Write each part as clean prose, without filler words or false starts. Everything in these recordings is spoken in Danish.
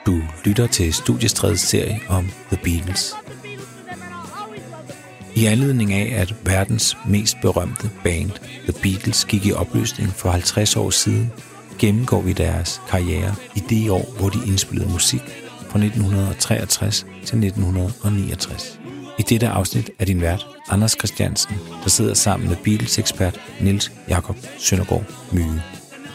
Du lytter til Studiestrædes serie om The Beatles. I anledning af, at verdens mest berømte band, The Beatles, gik i opløsning for 50 år siden, gennemgår vi deres karriere i de år, hvor de indspillede musik fra 1963 til 1969. I dette afsnit er din vært, Anders Christiansen, der sidder sammen med Beatles-ekspert Niels Jakob Søndergaard Myge.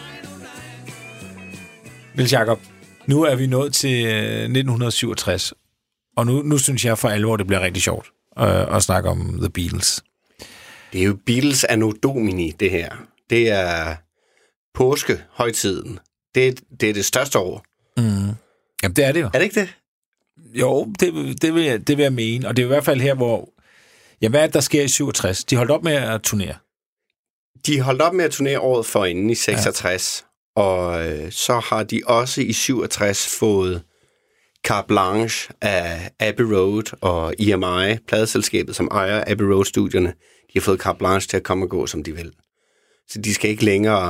Niels Jakob, nu er vi nået til 1967, og nu synes jeg for alvor, det bliver rigtig sjovt at snakke om The Beatles. Det er jo Beatles anno domini, det her. Det er påskehøjtiden. Det er det største år. Mm. Jamen, det er det jo. Er det ikke det? Jo, det vil jeg mene. Og det er i hvert fald her, hvor... Ja, hvad er det, der sker i 67? De holdt op med at turnere. De holdt op med at turnere året forinden i 66. Ja. Og så har de også i 67 fået carte blanche af Abbey Road og EMI, pladeselskabet, som ejer Abbey Road-studierne. De har fået carte blanche til at komme og gå, som de vil. Så de skal ikke længere,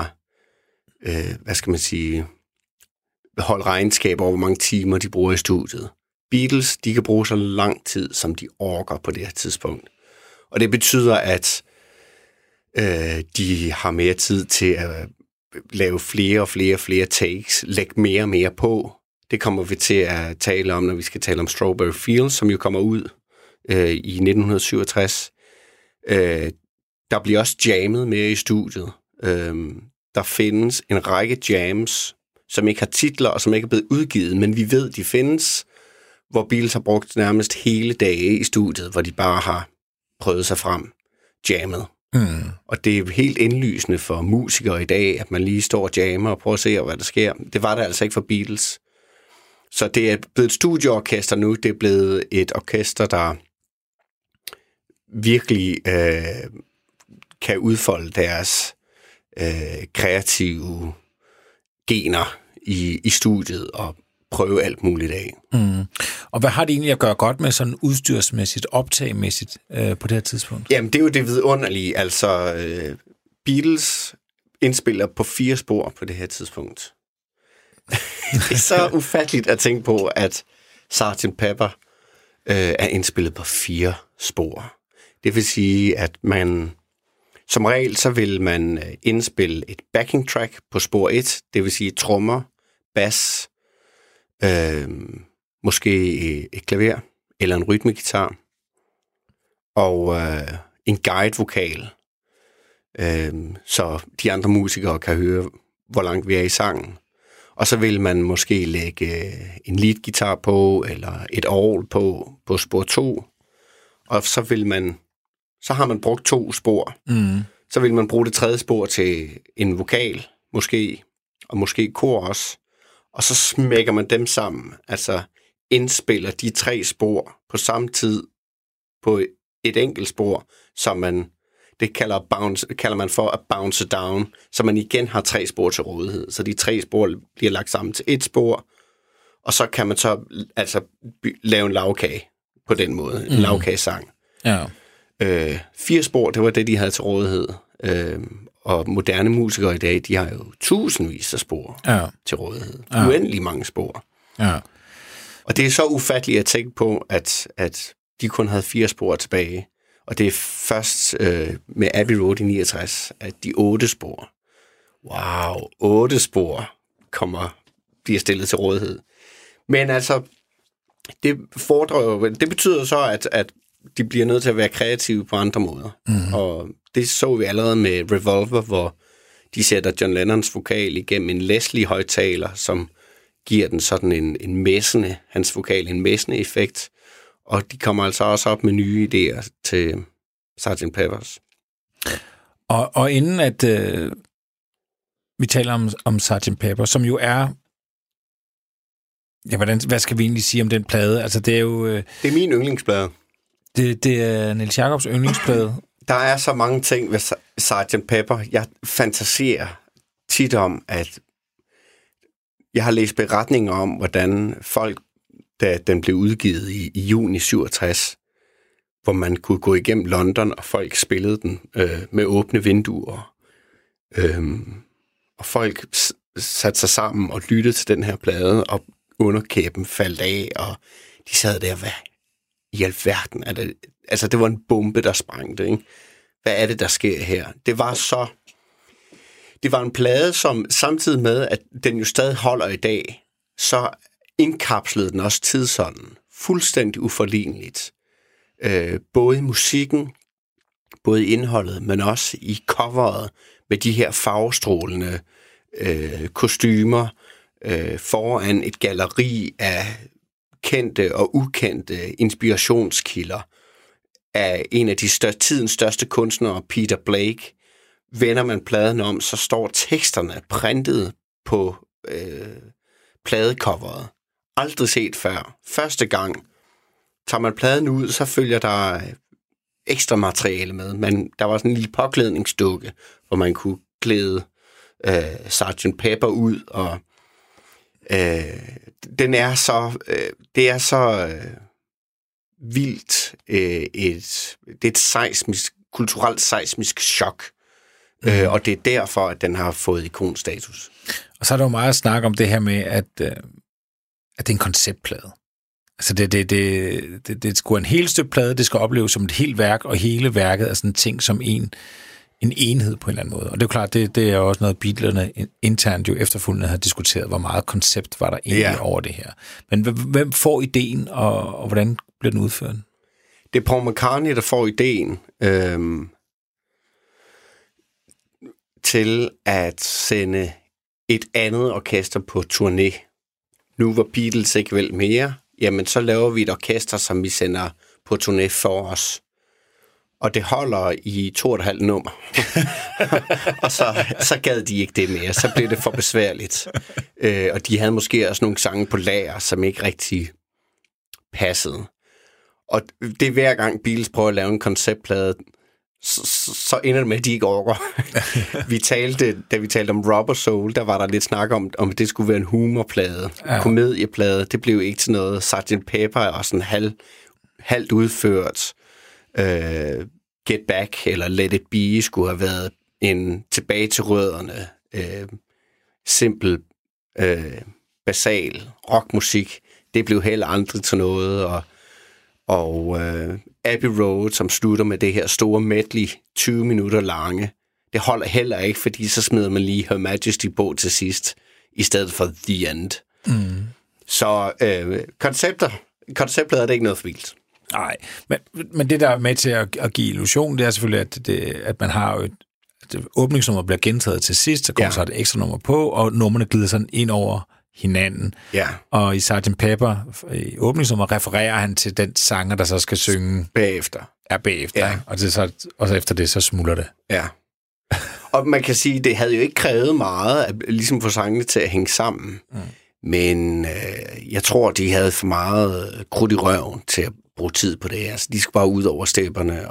holde regnskab over, hvor mange timer de bruger i studiet. Beatles, de kan bruge så lang tid, som de orker på det her tidspunkt. Og det betyder, at de har mere tid til at lave flere og flere takes, lægge mere og mere på. Det kommer vi til at tale om, når vi skal tale om Strawberry Fields, som jo kommer ud i 1967. Der bliver også jammet mere i studiet. Der findes en række jams, som ikke har titler og som ikke er blevet udgivet, men vi ved, de findes, hvor Beatles har brugt nærmest hele dage i studiet, hvor de bare har prøvet sig frem, jammet. Mm. Og det er helt indlysende for musikere i dag, at man lige står og jammer og prøver at se, hvad der sker. Det var det altså ikke for Beatles. Så det er blevet et studieorkester nu. Det er blevet et orkester, der virkelig kan udfolde deres kreative gener i studiet og prøve alt muligt af. Mm. Og hvad har det egentlig at gøre godt med sådan udstyrsmæssigt, optagmæssigt på det her tidspunkt? Jamen, det er jo det vidunderlige. Altså, Beatles indspiller på 4 spor på det her tidspunkt. Det er så ufatteligt at tænke på, at Sgt. Pepper er indspillet på 4 spor. Det vil sige, at man som regel, så vil man indspille et backing track på spor 1, det vil sige trommer, bas, måske et klaver eller en rytmegitar og en guide-vokal, så de andre musikere kan høre, hvor langt vi er i sangen. Og så vil man måske lægge en lead-guitar på, eller et orgel på spor 2, og så har man brugt 2 spor. Mm. Så vil man bruge det 3. spor til en vokal, måske, og måske kor også. Og så smækker man dem sammen, altså indspiller de 3 spor på samme tid på et enkelt spor, som det kalder man for at bounce down, så man igen har 3 spor til rådighed. Så de 3 spor bliver lagt sammen til et spor, og så kan man så altså lave en lavkage på den måde, en lavkagesang. Ja. 4 spor, det var det, de havde til rådighed. Og moderne musikere i dag, de har jo tusindvis af spor til rådighed. Uendelig mange spor. Ja. Og det er så ufatteligt at tænke på, at de kun havde 4 spor tilbage. Og det er først med Abbey Road i 69, at de 8 spor, 8 spor bliver stillet til rådighed. Men altså, det betyder så, at de bliver nødt til at være kreative på andre måder. Mm. Og det så vi allerede med Revolver, hvor de sætter John Lennons vokal igennem en Leslie-højttaler, som giver den sådan en messende, hans vokal, en messende effekt. Og de kommer altså også op med nye idéer til Sgt. Peppers. Og inden at vi taler om Sgt. Pepper, som jo er... Ja, hvad skal vi egentlig sige om den plade? Altså, det er jo... Det er min yndlingsplade. Det er Niels Jacobs yndlingsplade. Der er så mange ting ved Sgt. Pepper. Jeg fantaserer tit om, at jeg har læst beretninger om, hvordan folk, da den blev udgivet i juni 67, hvor man kunne gå igennem London, og folk spillede den med åbne vinduer. Og folk satte sig sammen og lyttede til den her plade, og underkæben faldt af, og de sad der, hvad i alverden er det? Altså, det var en bombe, der sprængte, ikke? Hvad er det, der sker her? Det var en plade, som samtidig med, at den jo stadig holder i dag, så indkapslede den også tidsånden fuldstændig uforligneligt. Både i musikken, både i indholdet, men også i coveret med de her farvestrålende kostymer foran et galleri af kendte og ukendte inspirationskilder af en af de tidens største kunstnere, Peter Blake. Vender man pladen om, så står teksterne printet på pladecoveret. Aldrig set før. Første gang tager man pladen ud, så følger der ekstra materiale med. Men der var sådan en lille påklædningsdukke, hvor man kunne klæde Sgt. Pepper ud, og det er så vildt. Det er et kulturelt seismisk chok, og det er derfor, at den har fået ikonstatus. Og så er der jo meget at snakke om det her med, at det er en konceptplade. Altså det skulle en helt stykke plade, det skal opleves som et helt værk, og hele værket er sådan en ting som en enhed på en eller anden måde. Og det er jo klart, det er også noget, Beatlerne internt jo efterfølgende har diskuteret, hvor meget koncept var der egentlig over det her. Men hvem får ideen, og hvordan bliver den udført? Det er Paul McCartney, der får ideen til at sende et andet orkester på turné. Nu var Beatles ikke vel mere, jamen så laver vi et orkester, som vi sender på turné for os. Og det holder i 2,5 nummer. Og så gad de ikke det mere. Så blev det for besværligt. Og de havde måske også nogle sange på lager, som ikke rigtig passede. Og det er hver gang Beatles prøver at lave en konceptplade, så ender det med, at de ikke orker. Da vi talte om Rubber Soul, der var der lidt snak om det skulle være en humorplade, komedieplade. Det blev ikke til noget. Sgt. Pepper er også sådan halvt udført. Get Back eller Let It Be skulle have været en tilbage til rødderne, simpel, basal rockmusik. Det blev heller aldrig til noget, og Abbey Road, som slutter med det her store medley, 20 minutter lange, det holder heller ikke, fordi så smider man lige Her Majesty på til sidst, i stedet for The End. Mm. Så konceptet er det ikke noget for vildt. Nej, men det, der er med til at give illusion, det er selvfølgelig, at man har jo et åbningsnummer bliver gentaget til sidst, så kommer så et ekstra nummer på, og numrene glider sådan ind over hinanden. Ja. Og i Sgt. Pepper, i åbningsnummer, refererer han til den sanger, der så skal synge bagefter. Ja. Og så efter det, så smuldrer det. Ja. Og man kan sige, det havde jo ikke krævet meget at ligesom få sangene til at hænge sammen. Mm. Men jeg tror, de havde for meget krudt i røven til at bruge tid på det. Altså, de skulle bare ud over stepperne.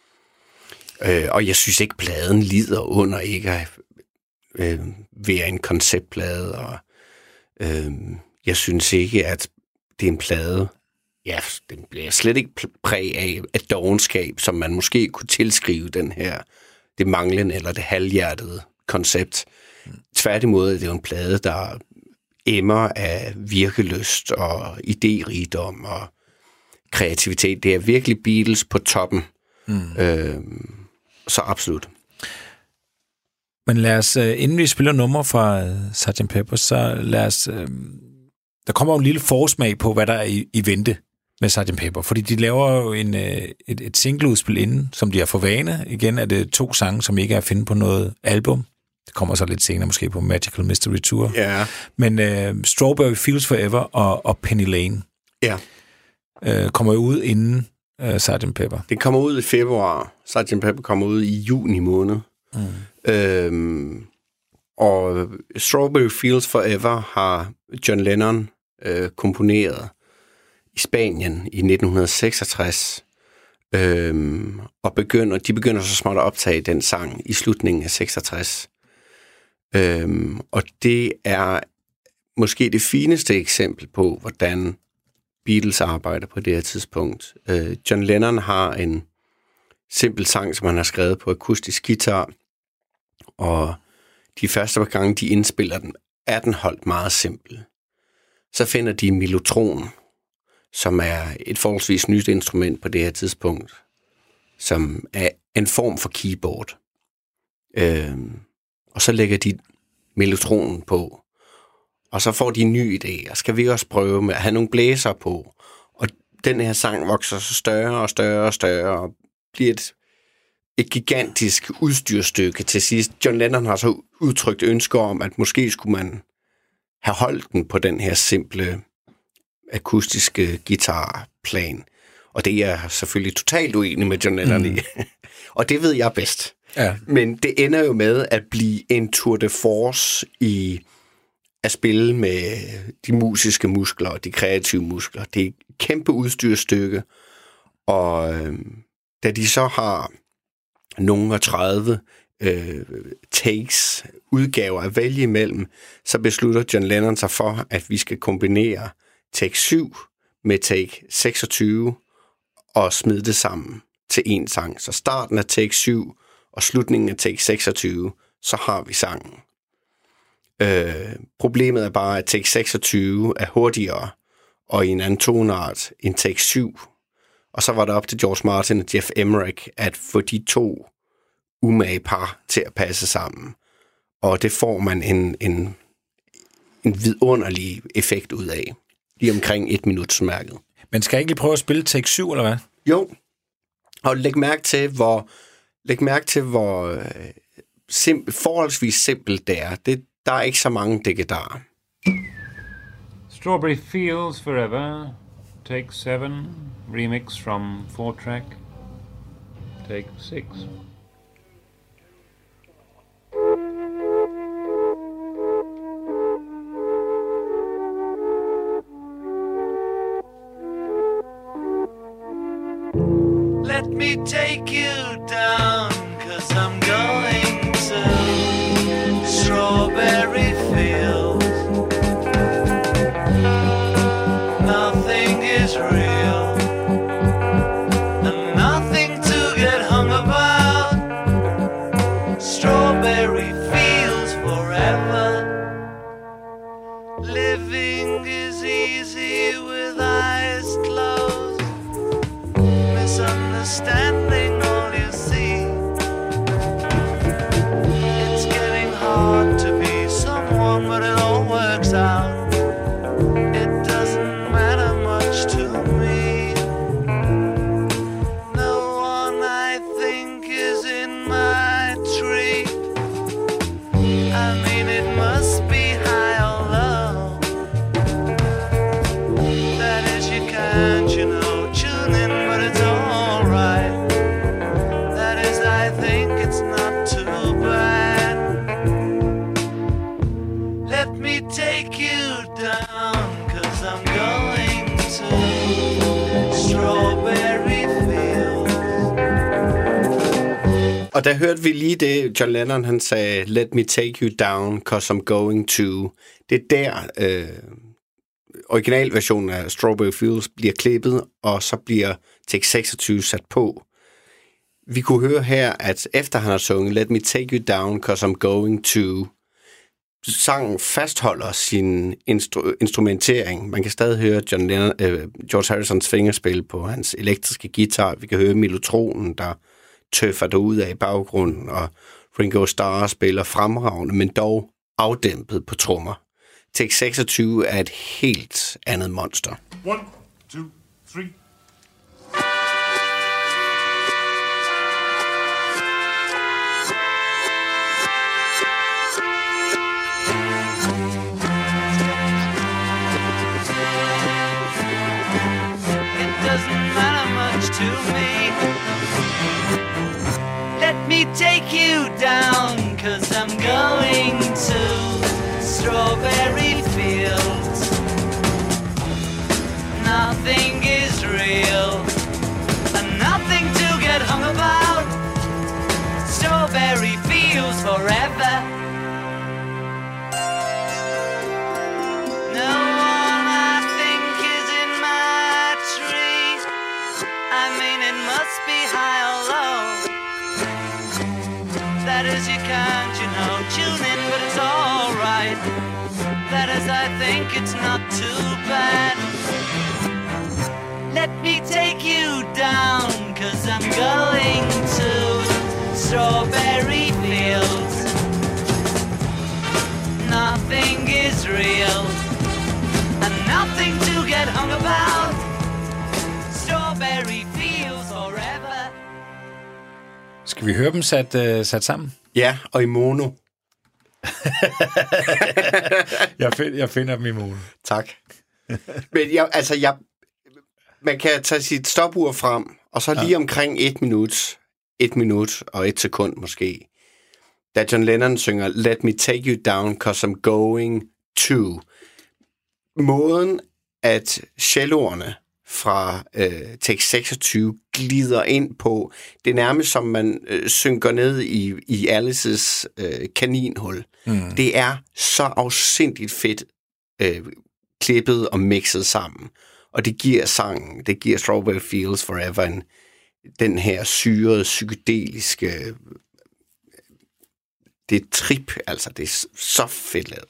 Og jeg synes ikke, pladen lider under ikke at være en konceptplade. Og jeg synes ikke, at det er en plade. Ja, den bliver slet ikke præg af dovenskab, som man måske kunne tilskrive den her, det manglende eller det halvhjertede koncept. Tværtimod er det jo en plade, der emmer af virkelyst og idérigdom og kreativitet. Det er virkelig Beatles på toppen. Så absolut. Men lad os, inden vi spiller nummer fra Sgt. Pepper, så lad os... der kommer jo en lille forsmag på, hvad der er i vente med Sgt. Pepper, fordi de laver jo et singleudspil inden, som de har for vane. Igen er det 2 sange, som ikke er at finde på noget album. Det kommer så lidt senere, måske på Magical Mystery Tour. Ja. Men Strawberry Fields Forever og Penny Lane kommer jo ud inden Sgt. Pepper. Det kommer ud i februar. Sgt. Pepper kommer ud i juni måned. Og Strawberry Fields Forever har John Lennon komponeret i Spanien i 1966. Og de begynder så småt at optage den sang i slutningen af 66. Og det er måske det fineste eksempel på, hvordan Beatles arbejder på det her tidspunkt. John Lennon har en simpel sang, som han har skrevet på akustisk guitar, og de første par gange, de indspiller den, er den holdt meget simpel. så finder de mellotron, som er et forholdsvis nyt instrument på det her tidspunkt, som er en form for keyboard. Og så lægger de mellotronen på, og så får de en ny idé, og skal vi også prøve med at have nogle blæser på, og den her sang vokser så større og større og større, og bliver et gigantisk udstyrstykke til sidst. John Lennon har så udtrykt ønsker om, at måske skulle man have holdt den på den her simple akustiske guitarplan. Og det er jeg selvfølgelig totalt uenig med John Lennon i. Og det ved jeg bedst. Ja. Men det ender jo med at blive en tour de force i at spille med de musiske muskler og de kreative muskler. Det er et kæmpe udstyrstykke. Og da de så har nogle 30 takes, udgaver at vælge imellem, så beslutter John Lennon sig for, at vi skal kombinere take 7 med take 26 og smide det sammen til en sang. Så starten af take 7 og slutningen af take 26, så har vi sangen. Problemet er bare, at take 26 er hurtigere og i en anden tonart end take 7. Og så var det op til George Martin og Jeff Emerick at få de to umage par til at passe sammen. Og det får man en vidunderlig effekt ud af. Lige omkring 1 minutsmærket. Men skal jeg ikke lige prøve at spille take 7, eller hvad? Jo. Og læg mærke til, hvor forholdsvis simpelt det er. Der er ikke så mange digitarer. Strawberry Fields Forever, take 7, remix from 4-track, take 6. Let me take you down, 'cause I'm going to strawberry fields. Nothing is real, and nothing to get hung about. Strawberry fields forever. Living is easy with eyes closed. Misunderstanding all you see. It's getting hard to be someone, but it all works out. It doesn't matter much to me. No one I think is in my tree. I mean, it must be high or low. That is, you can't, you know, tune in, but it's all right. That is, I think it's not too bad. Let me take you down, 'cause I'm going to strawberry fields. Og der hørte vi lige det, John Lennon han sagde, let me take you down, 'cause I'm going to. Det er der originalversionen af Strawberry Fields bliver klippet, og så bliver take 26 sat på. Vi kunne høre her, at efter han har sunget let me take you down, 'cause I'm going to, sangen fastholder sin instrumentering. Man kan stadig høre George Harrisons fingerspil på hans elektriske guitar. Vi kan høre mellotronen, der tøffer derud af i baggrunden, og Ringo Starr spiller fremragende, men dog afdæmpet på trommer. Take 26 er et helt andet monster. 1, 2, 3. It doesn't matter much to me. Let me take you down, 'cause I'm going to strawberry fields. Nothing is real, and nothing to get hung about. Strawberry fields forever. No one I think is in my tree. I mean, it must be high or low. That is, you can't, you know, tune in, but it's all right. That is, I think it's not too bad. Let me take you down, 'cause I'm going to strawberry fields. Nothing is real, and nothing to get hung about. Strawberry fields forever. Skal vi høre dem sat sammen? Ja, og i mono. Jeg finder dem i mono. Tak. Men man kan tage sit stopur frem, og så lige omkring 1 minut og 1 sekund måske, da John Lennon synger Let me take you down, 'cause I'm going to. Måden, at celloerne fra tekst 26 glider ind på, det er nærmest som man synker ned i Alice's kaninhul. Det er så afsindigt fedt klippet og mixet sammen. Og det giver sangen, det giver Strawberry Fields Forever den her syrede, psykedeliske, det er trip, altså det er så fedt lavet.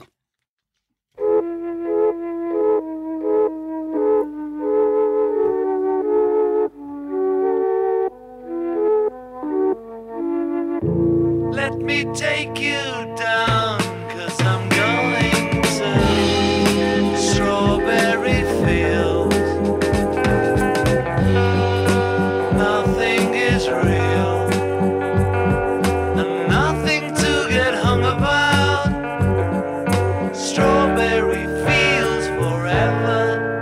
Let me take you down, 'cause I'm going to strawberry fields. Nothing is real, and nothing to get hung about. Strawberry fields forever.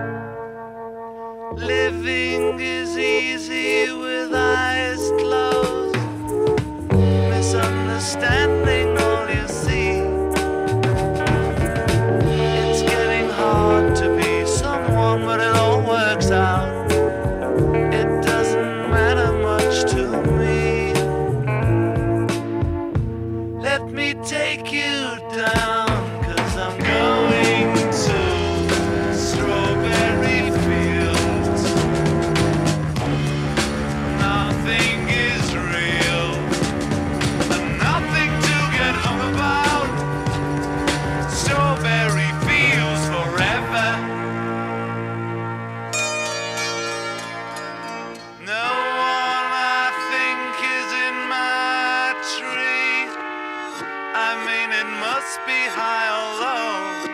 Living is easy with eyes closed. Misunderstanding all you see. It's getting hard to be someone, but it all works out. It doesn't matter much to me. Let me take you down, 'cause I'm going to strawberry fields. Nothing is real, and nothing to get hung about. Strawberry fields forever. No one I think is in my tree. I mean, it must be high or low.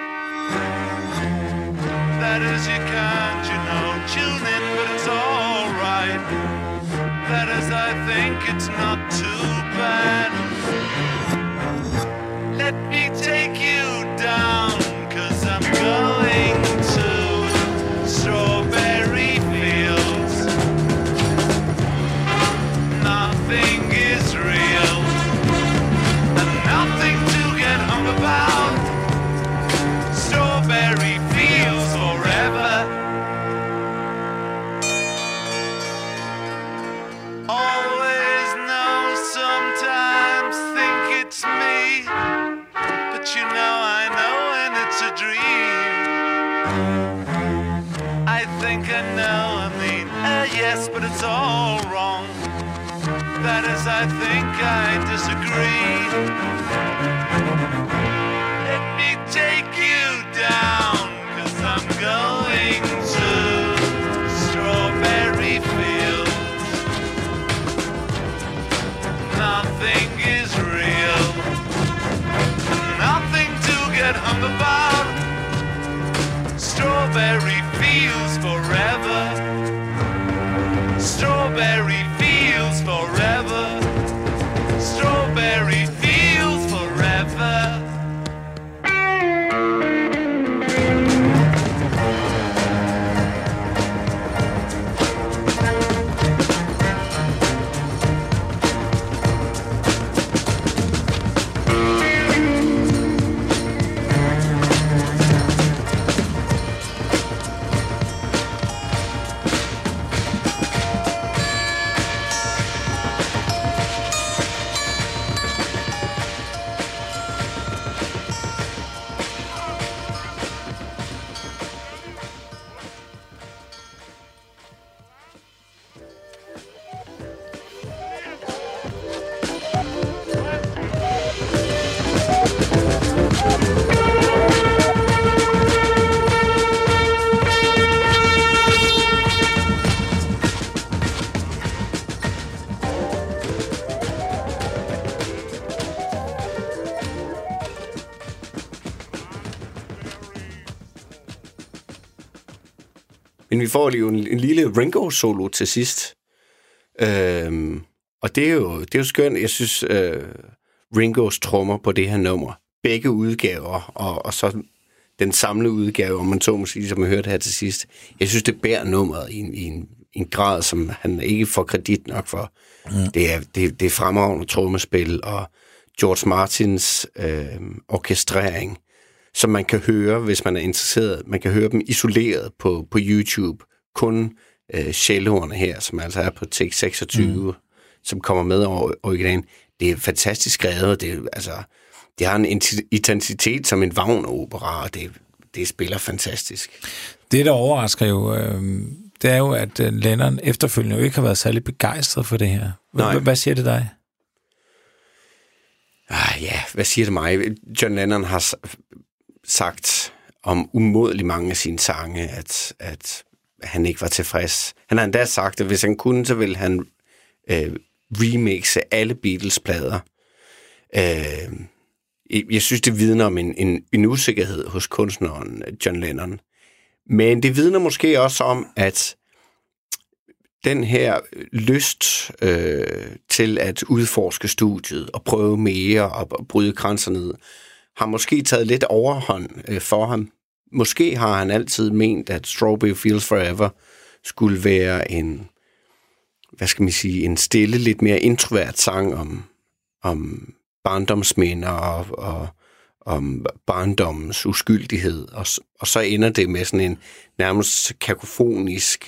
That is, you can't, tune in, but it's all right. That is, I think it's not too bad. Let me take you down, 'cause I'm going to strawberry fields. Nothing is real, and nothing to get hung about. Strawberry fields forever. Always know, sometimes think it's me, but I know when it's a dream. I think I know, yes, but it's all wrong. That is, I think I disagree. Let me take you down, 'cause I'm going to strawberry fields. Nothing is real, nothing to get hung about. Strawberry fields forever. Strawberry fields forever. Strawberry fields forever. Men vi får lige en lille Ringo-solo til sidst. Og det er jo skønt. Jeg synes, Ringos trommer på det her nummer, begge udgaver, og så den samlede udgave, om man så må sige, som jeg hørte her til sidst, jeg synes, det bærer nummeret i en grad, som han ikke får kredit nok for. Det er fremragende trommespil, og George Martins orkestrering, som man kan høre, hvis man er interesseret. Man kan høre dem isoleret på YouTube. Kun celloerne her, som altså er på take 26, som kommer med over originalen. Det er fantastisk skrevet. Det har en intensitet som en Wagner-opera, og det spiller fantastisk. Det, der overrasker jo, det er jo, at Lennon efterfølgende jo ikke har været særlig begejstret for det her. Hvad siger det dig? Hvad siger det mig? John Lennon har sagt om umådelig mange af sine sange, at han ikke var tilfreds. Han har endda sagt, at hvis han kunne, så ville han remixe alle Beatles-plader. Jeg synes, det vidner om en usikkerhed hos kunstneren John Lennon. Men det vidner måske også om, at den her lyst til at udforske studiet og prøve mere og bryde grænser ned, har måske taget lidt overhånd for ham. Måske har han altid ment, at Strawberry Fields Forever skulle være en stille, lidt mere introvert sang om barndomsminder og om barndommens uskyldighed. Og så ender det med sådan en nærmest kakofonisk,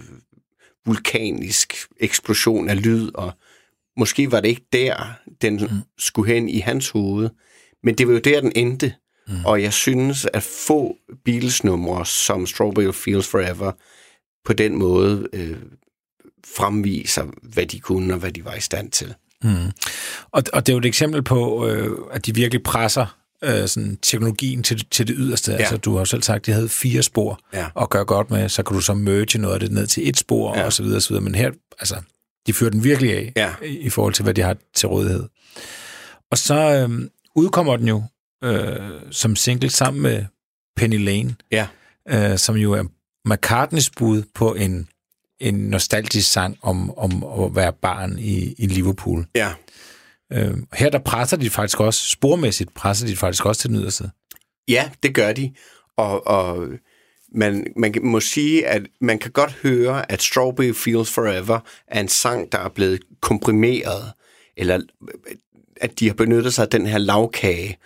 vulkanisk eksplosion af lyd, og måske var det ikke der, den skulle hen i hans hoved, men det var jo der, den endte. Og jeg synes, at få Beatles-numre som Strawberry Fields Forever på den måde fremviser, hvad de kunne og hvad de var i stand til. Og det er jo et eksempel på, at de virkelig presser sådan teknologien til det yderste. Ja. Altså, du har jo selv sagt, at de havde 4 spor at gøre godt med, så kan du så merge noget af det ned til 1 spor, og så videre, og så videre. Men her, altså, de fører den virkelig af, i forhold til, hvad de har til rådighed. Og så udkommer den jo som single sammen med Penny Lane, som jo er McCartneys bud på en nostalgisk sang om at være barn i Liverpool. Ja. Her der presser de faktisk også, spormæssigt presser de faktisk også til den yderste. Ja, det gør de. Og man må sige, at man kan godt høre, at Strawberry Fields Forever er en sang, der er blevet komprimeret, eller at de har benyttet sig af den her lavkage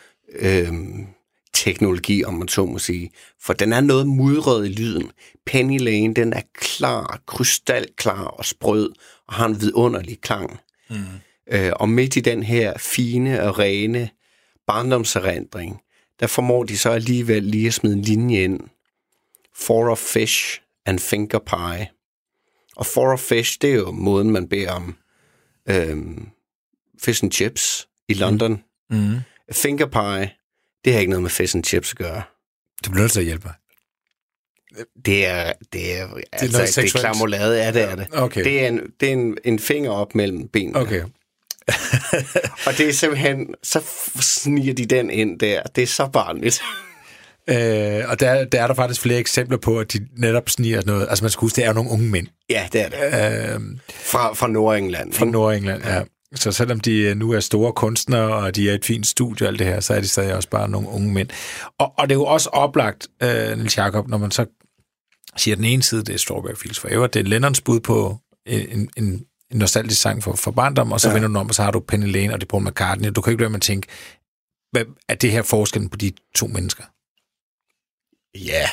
teknologi, om man så må sige. For den er noget mudret i lyden. Penny Lane, den er klar, krystalklar og sprød, og har en vidunderlig klang. Og midt i den her fine og rene barndomserindring, der formår de så alligevel lige at smide en linje ind. Four of fish and finger pie. Og four of fish, det er jo måden, man beder om fish and chips i London. Finger pie, det har ikke noget med fish and chips at gøre. Du bliver nødt til at hjælpe mig. Det er klamolade, det er det. Okay. Det er en finger op mellem benene. Okay. Og det er simpelthen, så sniger de den ind der. Det er så barnligt. Og der er der faktisk flere eksempler på, at de netop sniger noget. Altså man skal huske, det er jo nogle unge mænd. Ja, det er det. Fra Nordengland. Fra Nordengland, ja. Så selvom de nu er store kunstnere, og de er et fint studie og alt det her, så er de stadig også bare nogle unge mænd. Og det er jo også oplagt, Niels Jakob, når man så siger, at den ene side, det er Strawberry Fields Forever, det er Lennons bud på en nostalgisk sang for barndom, og så vender du om, og så har du Penny Lane, og det er Paul McCartney. Du kan ikke lade med at tænke, hvad er det her forskellen på de 2 mennesker? Ja,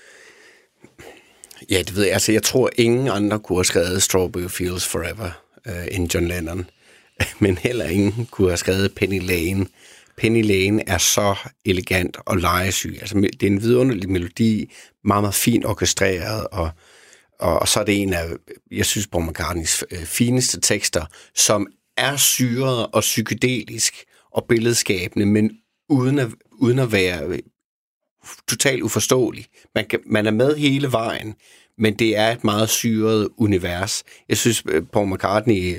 det ved jeg. Altså, jeg tror, ingen andre kunne have skrevet Strawberry Fields Forever end John Lennon. Men heller ingen kunne have skrevet Penny Lane. Penny Lane er så elegant og legesyg. Altså, det er en vidunderlig melodi, meget, meget fint orkestreret, og så er det en af, jeg synes, Paul McCartneys fineste tekster, som er syret og psykedelisk og billedskabende, men uden at være totalt uforståelig. Man er med hele vejen, men det er et meget syret univers. Jeg synes, Paul McCartney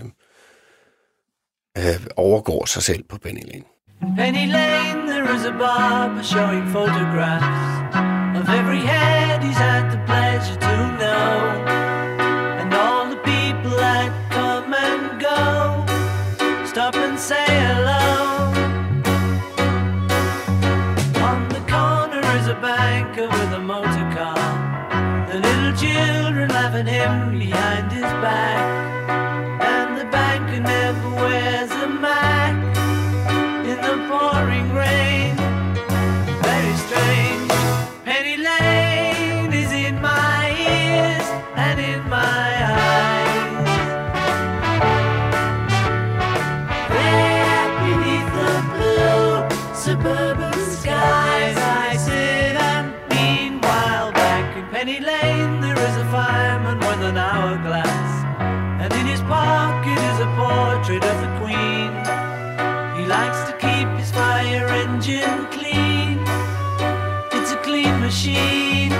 overgår sig selv på Penny Lane. Penny Lane, there is a barber showing photographs of every head he's had the pleasure to know. Little children laugh at him behind his back, and the banker never wears a Mac in the pouring rain. Very strange. Penny Lane is in my ears and in my eyes. There beneath the blue suburban skies, I sit and meanwhile back in Penny Lane there is a fireman with an hourglass, and in his pocket is a portrait of the Queen. He likes to keep his fire engine clean. It's a clean machine.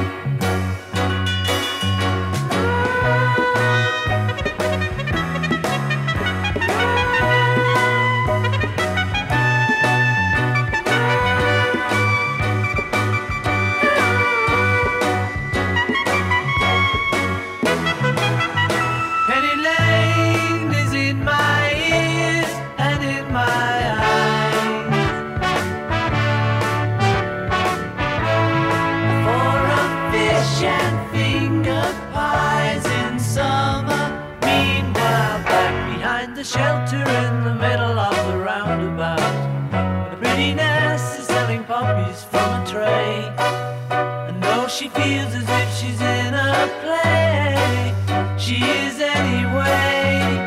Penny Lane is in my ears and in my eyes. For a fish and finger pies in summer. Meanwhile, back behind the shelter in the middle of the roundabout, the pretty nurse is selling poppies from a tray. And though she feels as if she's in a play, she is anyway.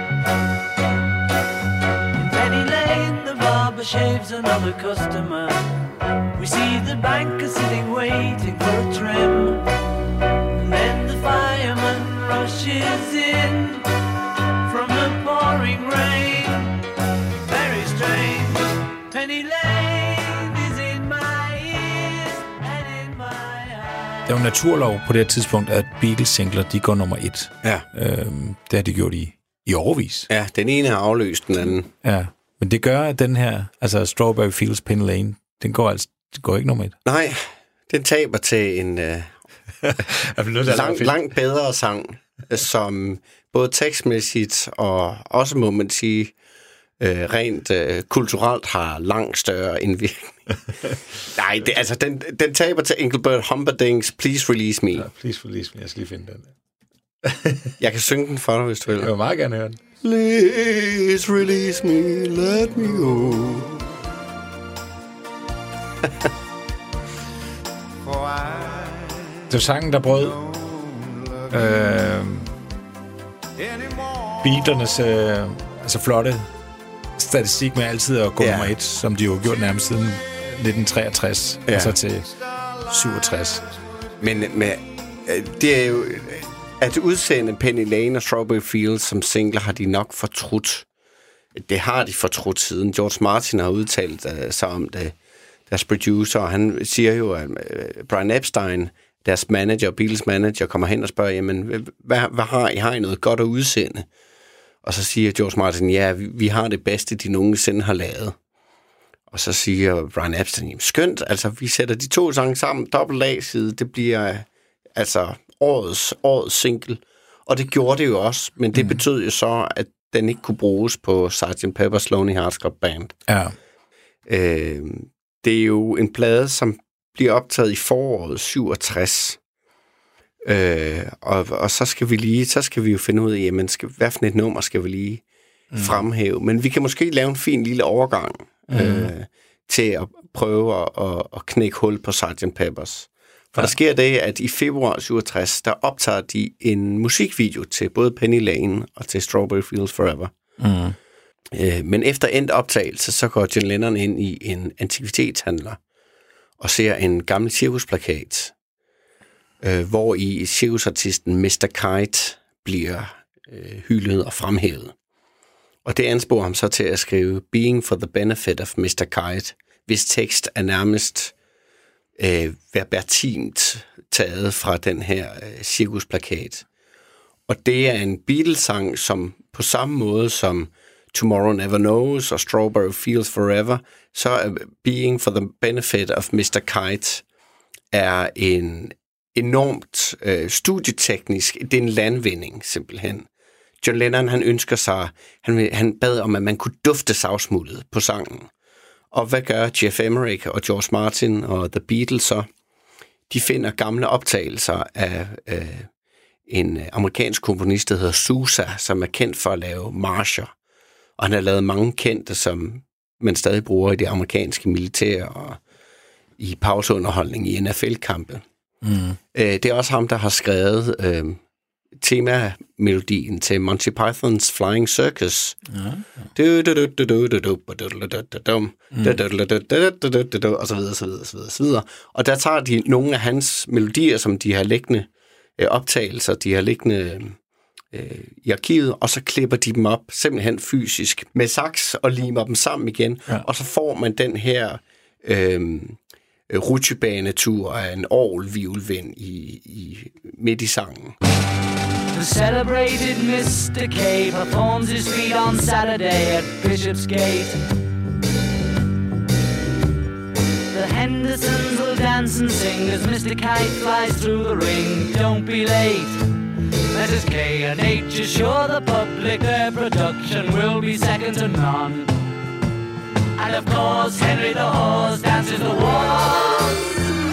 In Penny Lane, the barber shaves another customer. We see the banker sitting waiting for a trim. And then the fireman rushes in from the pouring rain. Very strange. Penny Lane is in my ears and in my eyes. Det er jo naturlov på det her tidspunkt, at Beatles-singler, de går nummer 1. Ja. Det har de gjort i årevis. Ja, den ene har afløst den anden. Ja, men det gør, at den her, altså Strawberry Fields Penny Lane, den går ikke nummer 1. Nej, den taber til en langt bedre sang, som både tekstmæssigt og også, må man sige, rent kulturelt har langt større indvirkning. Nej, den taber til Engelbert Humperdinck's Please Release Me. Ja, Please Release Me, jeg skal lige finde den. Jeg kan synge den for dig, hvis du vil. Jeg vil meget gerne høre den. Please release me, let me go. Det var sangen, der brød Beatlernes altså flotte statistik med altid at gå nummer 1, som de jo gjort nærmest siden 1963, og så til 67. Men det er jo... At udsende Penny Lane og Strawberry Fields som singler har de nok fortrudt. Det har de fortrudt siden. George Martin har udtalt sig om det. Deres producer, og han siger jo, at Brian Epstein, deres manager, Beatles manager, kommer hen og spørger, jamen, hvad har I? Har I noget godt at udsende? Og så siger George Martin, ja, vi har det bedste, de nogensinde har lavet. Og så siger Brian Epstein, jamen, skønt, altså, vi sætter de to sange sammen, dobbelt A-side, det bliver altså årets single. Og det gjorde det jo også, men det betød jo så, at den ikke kunne bruges på Sgt. Pepper's Lonely Hearts Club Band. Ja. Det er jo en plade, som bliver optaget i foråret 67. Og så skal vi jo finde ud af, jamen, hvad for et nummer skal vi lige fremhæve. Men vi kan måske lave en fin lille overgang til at prøve at knække hul på Sgt. Pepper's. For der sker det, at i februar 67, der optager de en musikvideo til både Penny Lane og til Strawberry Fields Forever. Men efter endt optagelse, så går John Lennon ind i en antikvitetshandler og ser en gammel cirkusplakat, hvor i cirkusartisten Mr. Kite bliver hyldet og fremhævet. Og det ansporer ham så til at skrive Being for the Benefit of Mr. Kite, hvis tekst er nærmest verbativt taget fra den her cirkusplakat. Og det er en Beatles-sang, som på samme måde som Tomorrow Never Knows og Strawberry Fields Forever, så er Being for the Benefit of Mr. Kite er en enormt studieteknisk, det er en landvinding simpelthen. John Lennon, han ønsker sig, han bad om, at man kunne dufte savsmuldet på sangen. Og hvad gør Jeff Emerick og George Martin og The Beatles så? De finder gamle optagelser af en amerikansk komponist, der hedder Sousa, som er kendt for at lave marcher. Og han har lavet mange kendte, som man stadig bruger i det amerikanske militær og i pauseunderholdning i NFL-kampe. Det er også ham, der har skrevet temamelodien til Monty Pythons Flying Circus. Og så videre. Og der tager de nogle af hans melodier, som de har liggende optagelser, de har liggende i arkivet, og så klipper de dem op simpelthen fysisk med saks og limer dem sammen igen, og så får man den her rutsjebanetur af en orgelviolvind midt i sangen. The celebrated Mr. K performs his feat on Saturday at Bishopsgate. The Hendersons will dance and sing as Mr. Kite flies through the ring. Don't be late. Mrs. K and H assure the public their production will be second to none. And of course, Henry the Horse dances the waltz.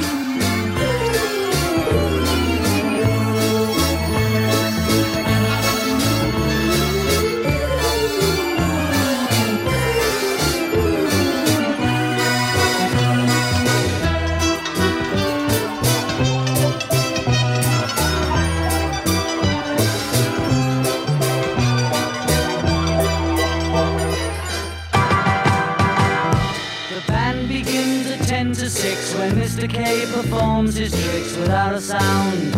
To 6 when Mr. K performs his tricks without a sound.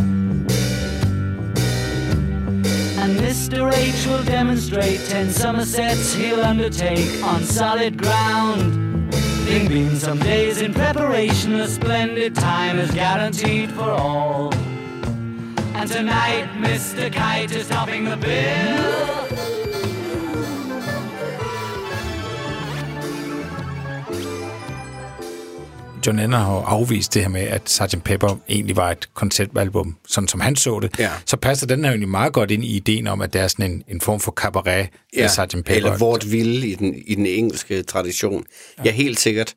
And Mr. H will demonstrate 10 Somersets he'll undertake on solid ground. Bing bing, some days in preparation, a splendid time is guaranteed for all. And tonight Mr. Kite is topping the bill. John Lennon har afvist det her med, at Sgt. Pepper egentlig var et konceptalbum, sådan som han så det. Ja. Så passer den her egentlig meget godt ind i ideen om, at det er sådan en form for cabaret af Sgt. Pepper. Eller vaudeville i den engelske tradition. Ja, helt sikkert.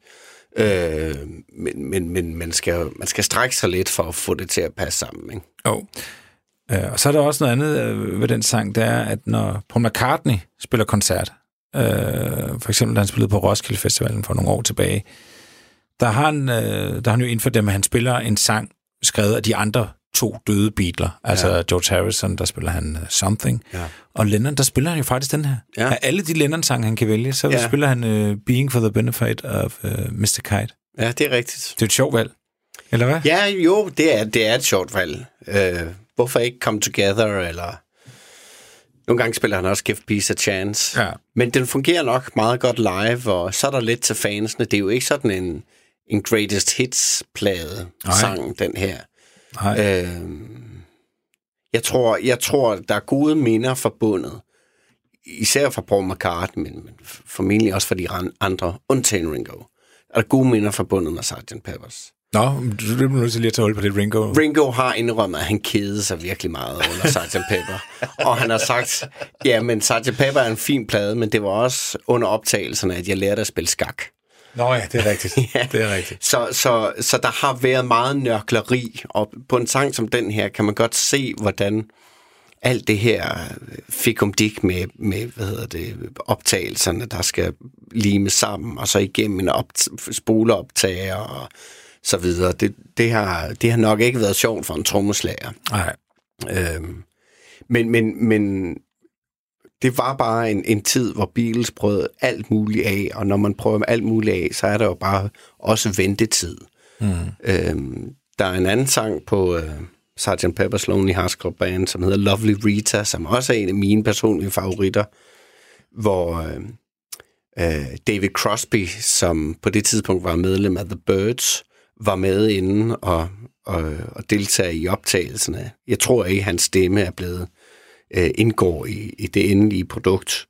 Men man skal strække sig lidt for at få det til at passe sammen, ikke? Og så er der også noget andet ved den sang, det er, at når Paul McCartney spiller koncert, for eksempel da han spillede på Roskilde Festivalen for nogle år tilbage, der har han jo indført det med, at han spiller en sang skrevet af de andre 2 døde Beatles. Altså George Harrison, der spiller han Something. Ja. Og Lennon, der spiller han jo faktisk den her. Ja. Af alle de Lennon-sange, han kan vælge, så spiller han Being for the Benefit of Mr. Kite. Ja, det er rigtigt. Det er et sjovt valg. Eller hvad? Ja, jo, det er et sjovt valg. Hvorfor ikke Come Together, eller... Nogle gange spiller han også Give Peace a Chance. Ja. Men den fungerer nok meget godt live, og så er der lidt til fansene. Det er jo ikke sådan en greatest hits-plade sang, den her. Jeg tror, der er gode minder forbundet. Især fra Paul McCartney, men formentlig også for de andre, undtagen Ringo. Er der gode minder forbundet med Sgt. Peppers. Nå, du bliver nødt til lige at tage hold på det, Ringo. Ringo har indrømmet, at han kedede sig virkelig meget under Sgt. Pepper. Og han har sagt, ja, men Sgt. Pepper er en fin plade, men det var også under optagelserne, at jeg lærte at spille skak. Nå ja, det er rigtigt. Ja. Det er rigtigt. Så der har været meget nørkleri, og på en sang som den her, kan man godt se, hvordan alt det her fikumdik med optagelserne, der skal lime sammen, og så igennem en spoleoptager og så videre. Det har nok ikke været sjovt for en trommeslager. Nej. Men det var bare en tid, hvor Beatles prøvede alt muligt af, og når man prøver alt muligt af, så er der jo bare også ventetid. Der er en anden sang på Sgt. Pepper's Lonely Hearts Club Band, som hedder Lovely Rita, som også er en af mine personlige favoritter, hvor David Crosby, som på det tidspunkt var medlem af The Byrds, var med inden og deltager i optagelserne. Jeg tror ikke, hans stemme er blevet indgår i det endelige produkt.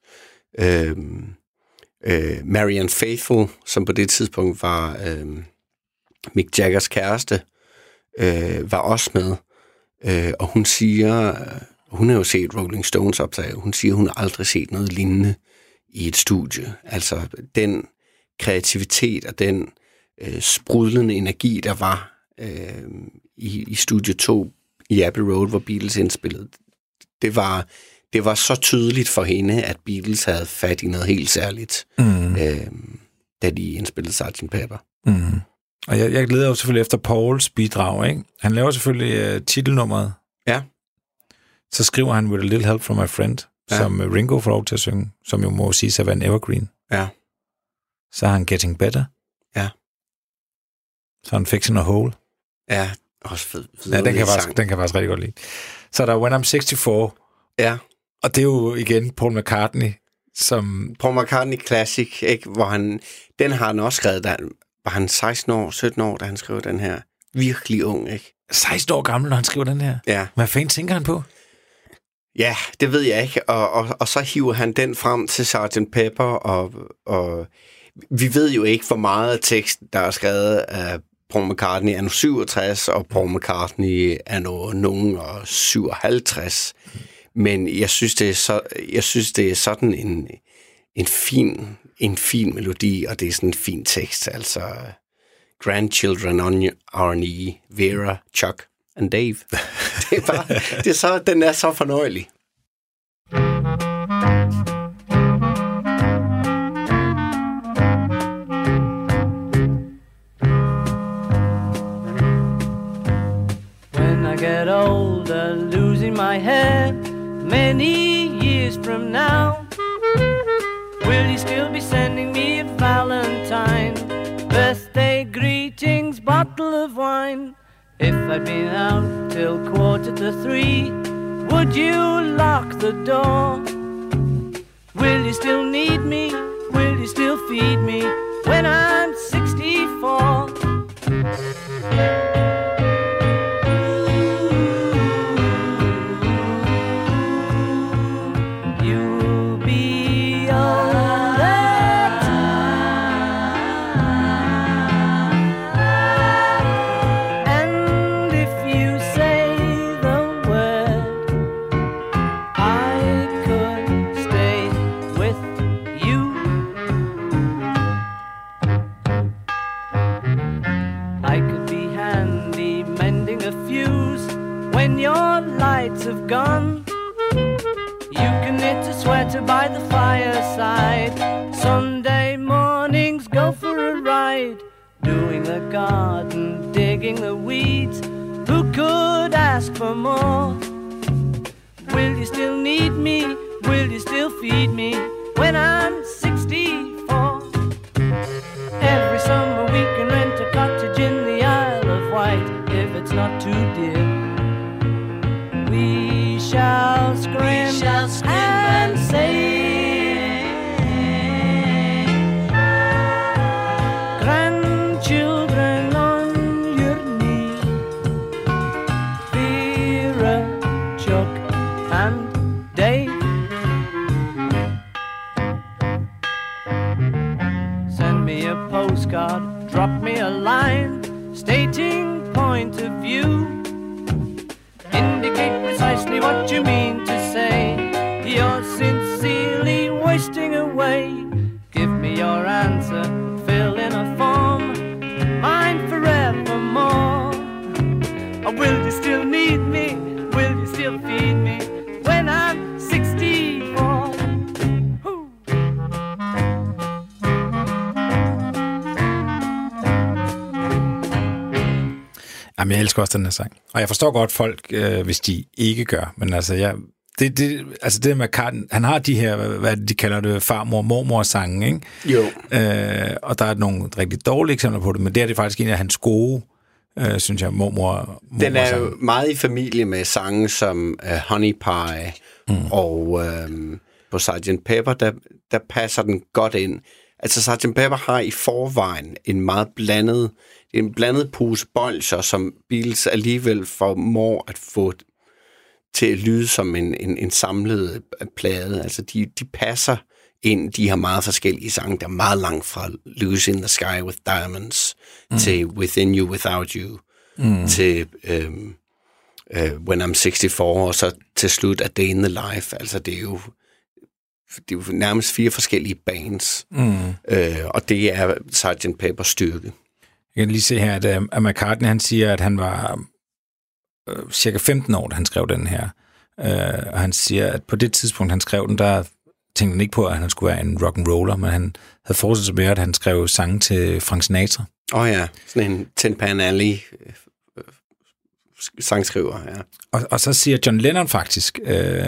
Marianne Faithfull, som på det tidspunkt var Mick Jaggers kæreste, var også med. Og hun siger, hun har jo set Rolling Stones optage, hun siger, hun har aldrig set noget lignende i et studie. Altså den kreativitet og den sprudlende energi, der var i Studie 2, i Abbey Road, hvor Beatles indspillede. Det var så tydeligt for hende, at Beatles havde fat i noget helt særligt, da de indspillede Sgt. Pepper. Mm. Og jeg glæder jo selvfølgelig efter Pauls bidrag, ikke? Han laver selvfølgelig titelnummeret. Ja. Så skriver han With a Little Help from My Friend, som Ringo får lov til at synge, som jo må sige sig at være en evergreen. Ja. Så har han Getting Better. Ja. Så har han Fixing a Hole. Ja, også fed. Ja, den kan jeg faktisk rigtig godt lide. Så er der When I'm 64. Ja. Og det er jo igen Paul McCartney, som... Paul McCartney Classic, ikke? Hvor den har han også skrevet, var han 16 år, 17 år, da han skrev den her. Virkelig ung, ikke? 16 år gammel, når han skriver den her? Ja. Hvad fanden tænker han på? Ja, det ved jeg ikke. Og så hiver han den frem til Sgt. Pepper, og vi ved jo ikke, hvor meget tekst, der er skrevet af Paul McCartney er nu 67, og Paul McCartney er nu nogen og 57. Men jeg synes, det er sådan en fin melodi, og det er sådan en fin tekst. Altså, Grandchildren on our knee, Vera, Chuck and Dave. Den er så fornøjelig. When I get older, losing my head, many years from now, will you still be sending me a Valentine, birthday greetings, bottle of wine? If I'd been out till 2:45, would you lock the door? Will you still need me? Will you still feed me when I'm 64? You'll be older and if you say the word, I could stay with you. I could be handy mending a fuse when your lights have gone. You can knit a sweater by the fireside. Sunday mornings go for a ride, doing the garden, digging the weeds. Who could ask for more? Will you still need me? Will you still feed me when I'm 64? Every summer we can rent a cottage in the Isle of Wight, if it's not too dear. We shall scream, and say, grandchildren on your knee, Vera, Chuck and Dave. Send me a postcard, drop me a line, stating point of view. Indicate precisely what you mean to say. You're sincerely wasting away. Give me your answer, fill in a form, mine forevermore. Or will you still need me? Will you still feed me when I'm 64? Jamen, jeg elsker også den her sang. Og jeg forstår godt folk, hvis de ikke gør. Men altså, det med Carten, han har de her, hvad de kalder det, farmor-mormor-sange, ikke? Jo. Og der er nogle rigtig dårlige eksempler på det, men det er det faktisk en af hans gode, synes jeg, mormor. Den er jo meget i familie med sange som Honey Pie, og på Sgt. Pepper, der passer den godt ind. Altså, Sgt. Pepper har i forvejen en meget blandet pose bolsjer, som Beatles alligevel formår at få til at lyde som en samlet plade. Altså, de passer ind. De har meget forskellige sange, der er meget langt fra Lucy in the Sky with Diamonds til Within You, Without You, til When I'm 64, og så til slut A Day in the Life. Altså, det er jo nærmest 4 forskellige bands, og det er Sgt. Peppers styrke. Jeg kan lige se her, at McCartney, han siger, at han var cirka 15 år, da han skrev den her. Og han siger, at på det tidspunkt, han skrev den, der tænkte han ikke på, at han skulle være en rock'n'roller, men han havde forestillet sig mere, at han skrev sange til Frank Sinatra. Ja, sådan en Tin Pan Alley sangskriver, ja. Og så siger John Lennon faktisk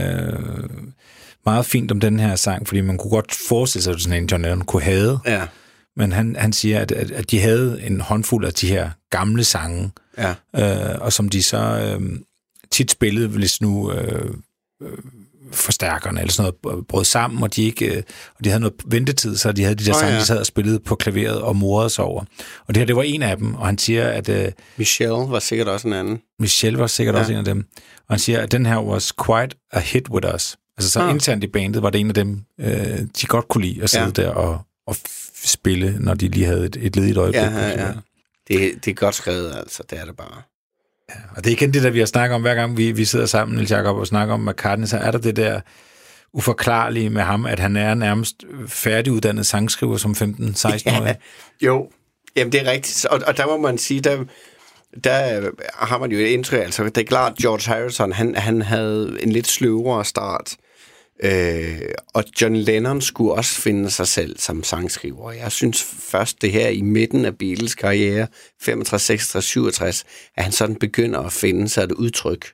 meget fint om den her sang, fordi man kunne godt forestille sig, at sådan en John Lennon kunne have. Ja. Men han siger, at de havde en håndfuld af de her gamle sange, og som de så tit spillede, hvis nu forstærkerne eller sådan noget brød sammen, og de havde noget ventetid, så de havde de der sange, de sad og spillede på klaveret og morede sig over. Og det her, det var en af dem, og han siger, at Michelle var sikkert også en anden. Michelle var sikkert også en af dem. Og han siger, at den her was quite a hit with us. Altså så internt i bandet var det en af dem, de godt kunne lide at sidde der og spille, når de lige havde et ledigt øjeblik. Ja. Det er godt skrevet, altså. Det er det bare. Ja, og det er igen det, der vi har snakket om, hver gang vi sidder sammen, Niels Jakob, og snakker om McCartney, så er der det der uforklarlige med ham, at han er nærmest færdiguddannet sangskriver som 15-16-årig. Ja, jo, jamen det er rigtigt. Og der må man sige, der har man jo et indtryk. Altså, det er klart, George Harrison, han havde en lidt sløvere start. Og John Lennon skulle også finde sig selv som sangskriver. Jeg synes først det her i midten af Beatles karriere, 65, 66, 67, at han sådan begynder at finde sig et udtryk.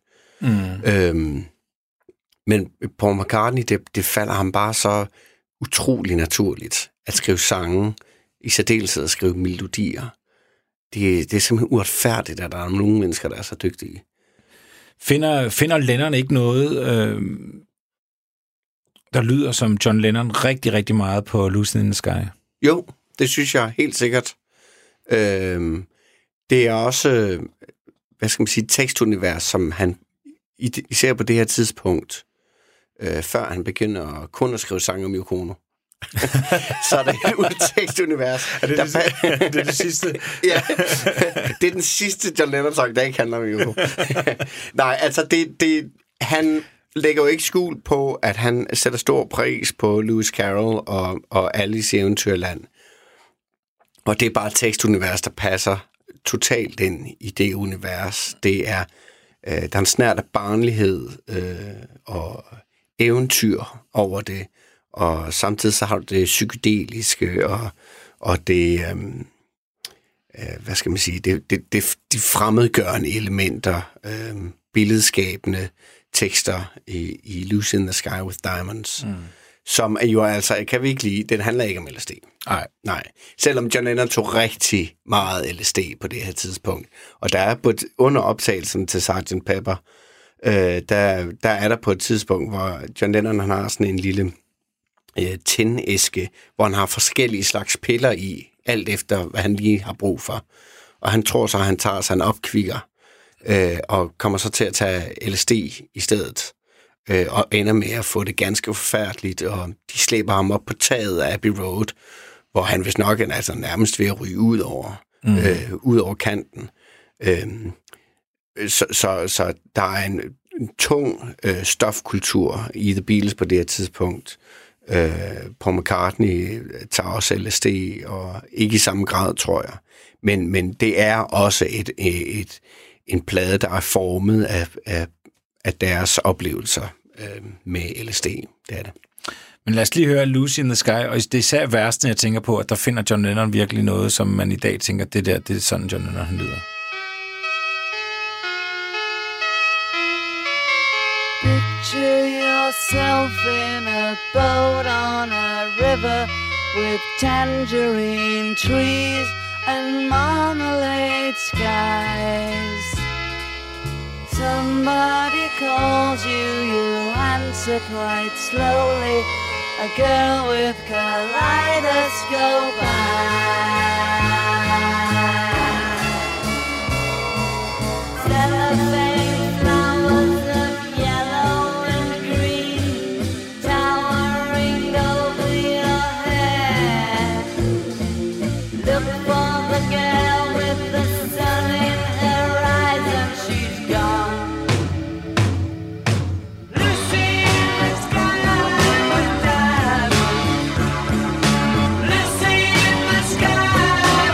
Men Paul McCartney, det falder ham bare så utrolig naturligt at skrive sange, i særdeleshed at skrive melodier. Det er simpelthen uretfærdigt, at der er nogle mennesker, der er så dygtige. Finder Lennon ikke noget, der lyder som John Lennon rigtig, rigtig meget på Lucy in the Sky? Jo, det synes jeg helt sikkert. Det er også, hvad skal man sige, tekstunivers, som han, især på det her tidspunkt, før han begynder kun at skrive sange om Yoko Ono, så er det et tekstunivers. Det er det sidste? Ja, det er den sidste John Lennon-sang, der ikke handler om Yoko. Nej, altså han lægger jo ikke skjul på, at han sætter stor pris på Lewis Carroll og Alice i Eventyrland. Og det er bare et tekstunivers, der passer totalt ind i det univers. Det er, der er en snert af barnlighed og eventyr over det, og samtidig så har du det psykedeliske og det, hvad skal man sige, de fremmedgørende elementer, billedskabende tekster i Lucy in the Sky with Diamonds, som er jo altså, kan vi ikke lide, den handler ikke om LSD. Nej. Selvom John Lennon tog rigtig meget LSD på det her tidspunkt, og der er under optagelsen til Sgt. Pepper, der er der på et tidspunkt, hvor John Lennon han har sådan en lille tinæske, hvor han har forskellige slags piller i, alt efter hvad han lige har brug for. Og han tror så, at han tager sig en opkvikker, og kommer så til at tage LSD i stedet, og ender med at få det ganske forfærdeligt, og de slæber ham op på taget af Abbey Road, hvor han vist nok er altså nærmest ved at ryge ud over kanten. Så der er en tung stofkultur i The Beatles på det her tidspunkt. Paul McCartney tager også LSD, og ikke i samme grad, tror jeg. Men det er også en plade, der er formet af deres oplevelser med LSD. Det er det. Men lad os lige høre Lucy in the Sky, og det er især værst, når jeg tænker på, at der finder John Lennon virkelig noget, som man i dag tænker, det er sådan John Lennon han lyder. Picture yourself in a boat on a river with tangerine trees and marmalade skies. Somebody calls you, you answer quite slowly. A girl with kaleidoscope eyes. Cellophane flowers of yellow and green towering over your head. Look for the girl with the sun in her eyes and she's gone. Lucy in the sky with diamonds. Lucy in the sky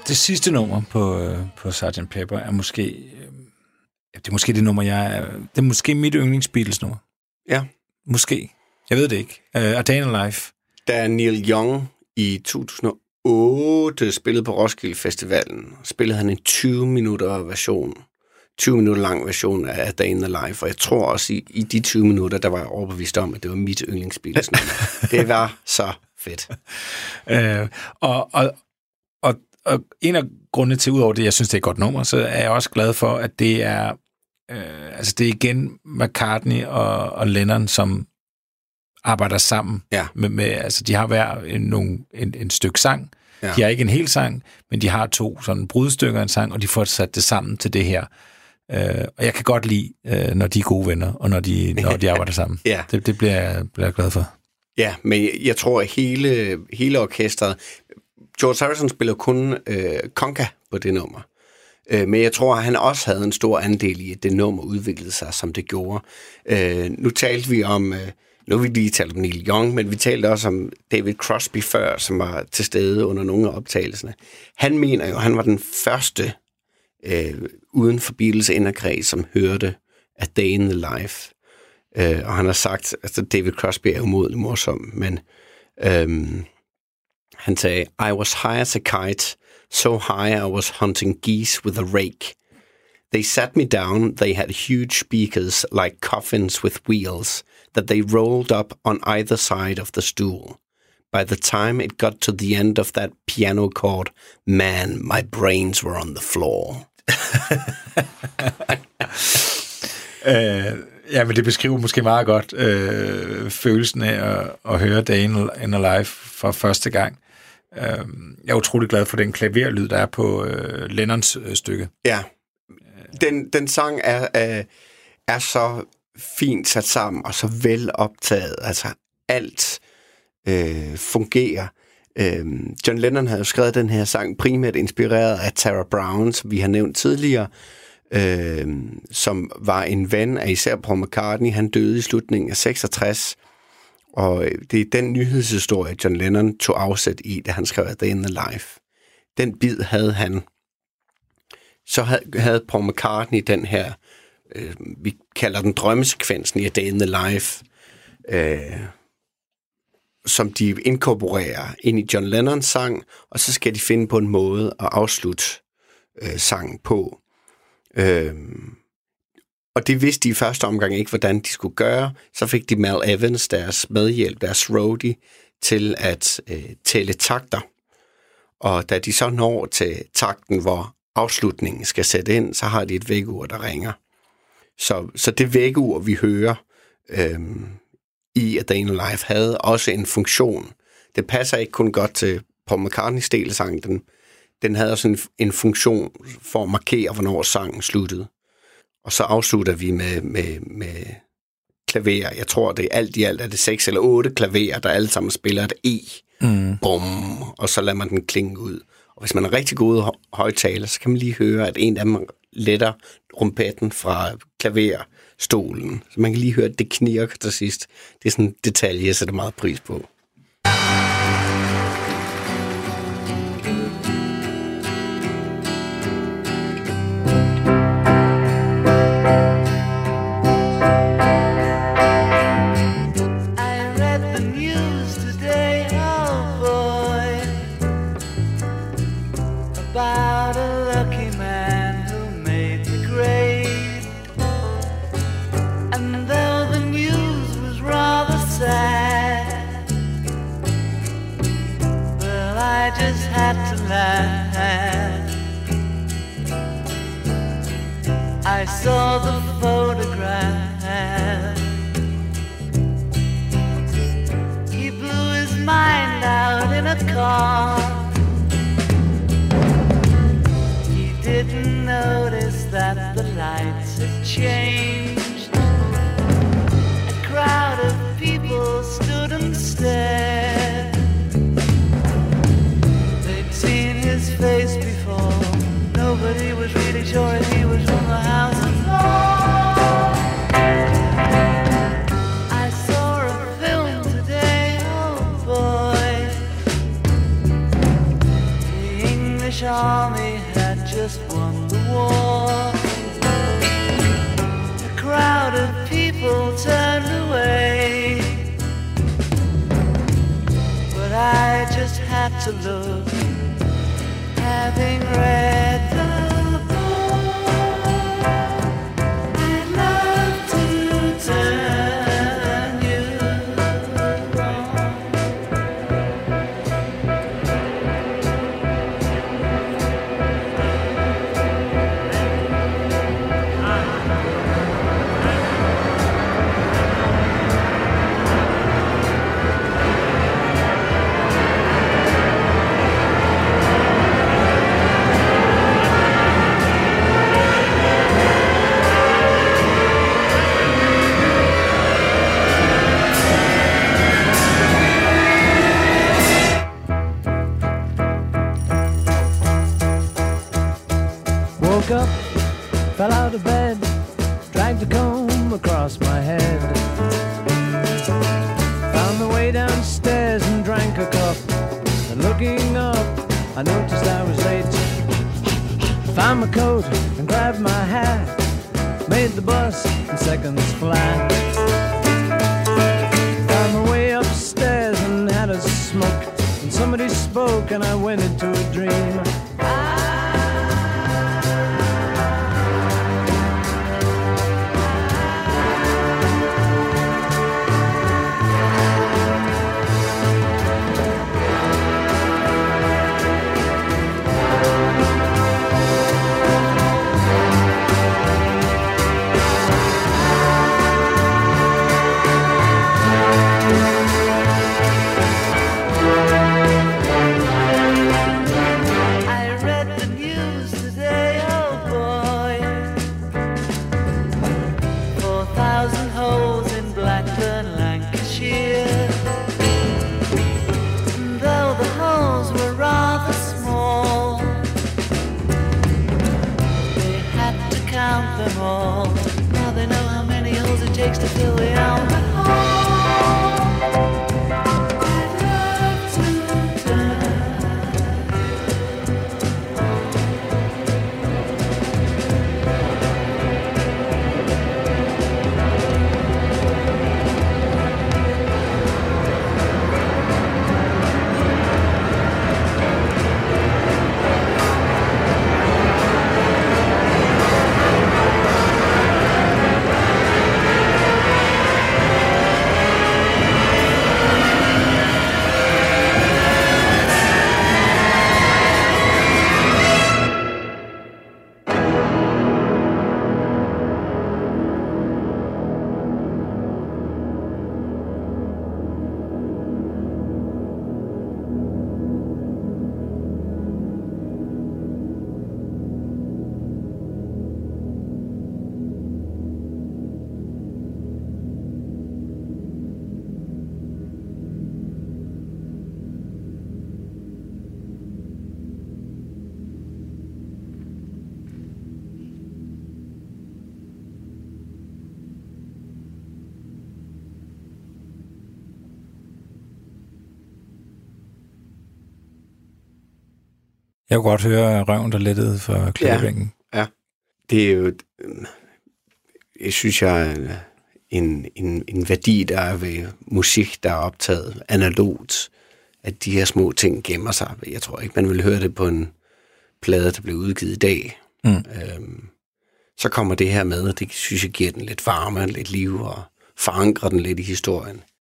Det sidste nummer på Sgt. Pepper er måske... det er måske det nummer, det er måske mit yndlingsbeatles-nummer. Ja. Måske. Jeg ved det ikke. A Day in the Life. Da Neil Young i 2008 spillede på Roskilde Festivalen, spillede han en 20 minutter lang version af A Day in the Life, og jeg tror også i de 20 minutter, der var jeg overbevist om, at det var mit yndlingsbeatles-nummer. Det var så fedt. Og en af grundene til, udover det, jeg synes, det er et godt nummer, så er jeg også glad for, at det er det er igen McCartney og Lennon, som arbejder sammen. Ja. Altså, de har hver en stykke sang. Ja. De har ikke en hel sang, men de har 2 sådan brudstykker af en sang, og de får sat det sammen til det her. Og jeg kan godt lide, når de er gode venner, og når de arbejder sammen. Ja. Det bliver jeg glad for. Ja, men jeg tror, at hele orkestret... George Harrison spiller kun conga på det nummer. Men jeg tror, at han også havde en stor andel i, at det nummer udviklede sig, som det gjorde. Nu talte vi om... Nu har vi lige talt om Neil Young, men vi talte også om David Crosby før, som var til stede under nogle af optagelserne. Han mener jo, at han var den første uden for Beatles inderkreds, som hørte A Day in the Life. Og han har sagt, at David Crosby er umådelig morsom, men han sagde, I was high as a kite, so high I was hunting geese with a rake. They sat me down, they had huge speakers like coffins with wheels that they rolled up on either side of the stool. By the time it got to the end of that piano chord, man, my brains were on the floor. Ja, men det beskriver måske meget godt følelsen af at høre Day in the Life for første gang. Jeg er utrolig glad for den klaverlyd, der er på Lennons stykke. Ja, den sang er så fint sat sammen og så vel optaget. Altså alt fungerer. John Lennon havde jo skrevet den her sang primært inspireret af Tara Brown, som vi har nævnt tidligere, som var en ven af især Paul McCartney. Han døde i slutningen af 66, og det er den nyhedshistorie, John Lennon tog afsæt i, da han skrev A Day in the Life. Den bid havde han. Så havde Paul McCartney den her, vi kalder den drømmesekvensen i A Day in the Life, som de inkorporerer ind i John Lennons sang, og så skal de finde på en måde at afslutte sangen på. Og det vidste de i første omgang ikke, hvordan de skulle gøre. Så fik de Mal Evans, deres medhjælp, deres roadie, til at tælle takter. Og da de så når til takten, hvor afslutningen skal sætte ind, så har de et vækkeur, der ringer. Så det vækkeur, vi hører i A Day in the Life, havde også en funktion. Det passer ikke kun godt til Paul McCartneys del af sangen. Den havde også en funktion for at markere, hvornår sangen sluttede. Og så afslutter vi med klaver. Jeg tror, det er alt i alt er det 6 eller 8 klaverer, der alle sammen spiller et E. Bum, og så lader man den klinge ud. Og hvis man er rigtig god højtaler, så kan man lige høre, at en af dem letter rumpetten fra klaverstolen. Så man kan lige høre, at det knirker til sidst. Det er sådan en detalje, jeg sætter meget pris på. I saw the photograph. He blew his mind out in a car. He didn't notice that the lights had changed. A crowd of people stood and stared. They'd seen his face before. Nobody was really sure if he was from the House of Lords. I saw a film today, oh boy. The English are just won the war. A crowd of people turned away, but I just had to look, having read the up, fell out of bed, dragged a comb across my head, found the way downstairs and drank a cup, and looking up I noticed I was late. Found my coat and grabbed my hat, made the bus in seconds flat, found my way upstairs and had a smoke, and somebody spoke and I went into a dream. Now they know how many holes it takes to fill the Albert Hall. I'd love to Jeg kunne godt høre røven, der lettede for klippebænken. Ja. Det er jo, jeg synes, en værdi, der er ved musik, der er optaget analogt, at de her små ting gemmer sig. Jeg tror ikke, man vil høre det på en plade, der bliver udgivet i dag. Så kommer det her med, og det synes jeg giver den lidt varme, lidt liv, og forankrer den lidt i historien.